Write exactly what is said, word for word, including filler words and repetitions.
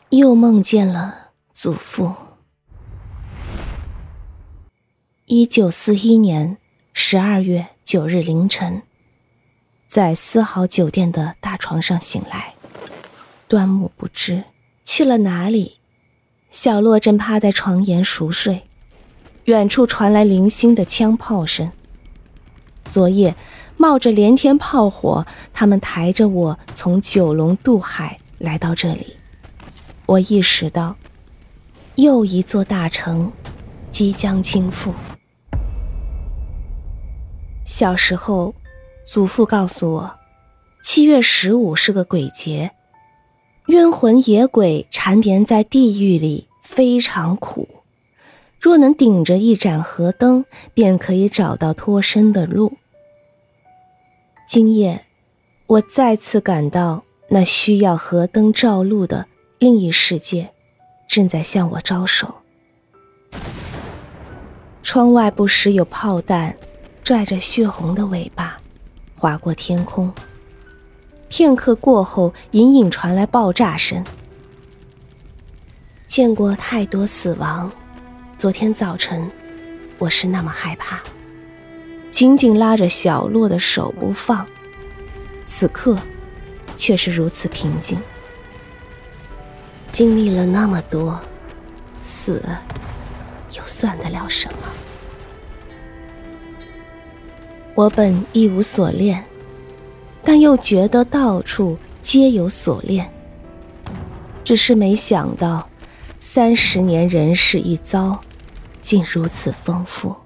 又梦见了祖父。一九四一年十二月九日凌晨，在丝毫酒店的大床上醒来，端木不知去了哪里。小洛正趴在床沿熟睡，远处传来零星的枪炮声。昨夜冒着连天炮火，他们抬着我从九龙渡海来到这里。我意识到，又一座大城即将倾覆。小时候，祖父告诉我，七月十五是个鬼节，冤魂野鬼缠绵在地狱里，非常苦。若能顶着一盏河灯，便可以找到脱身的路。今夜，我再次感到那需要河灯照路的另一世界正在向我招手。窗外不时有炮弹拽着血红的尾巴划过天空，片刻过后，隐隐传来爆炸声。见过太多死亡，昨天早晨我是那么害怕，紧紧拉着小洛的手不放，此刻却是如此平静。经历了那么多，死又算得了什么？我本一无所恋，但又觉得到处皆有所恋。只是没想到，三十年人世一遭，竟如此丰富。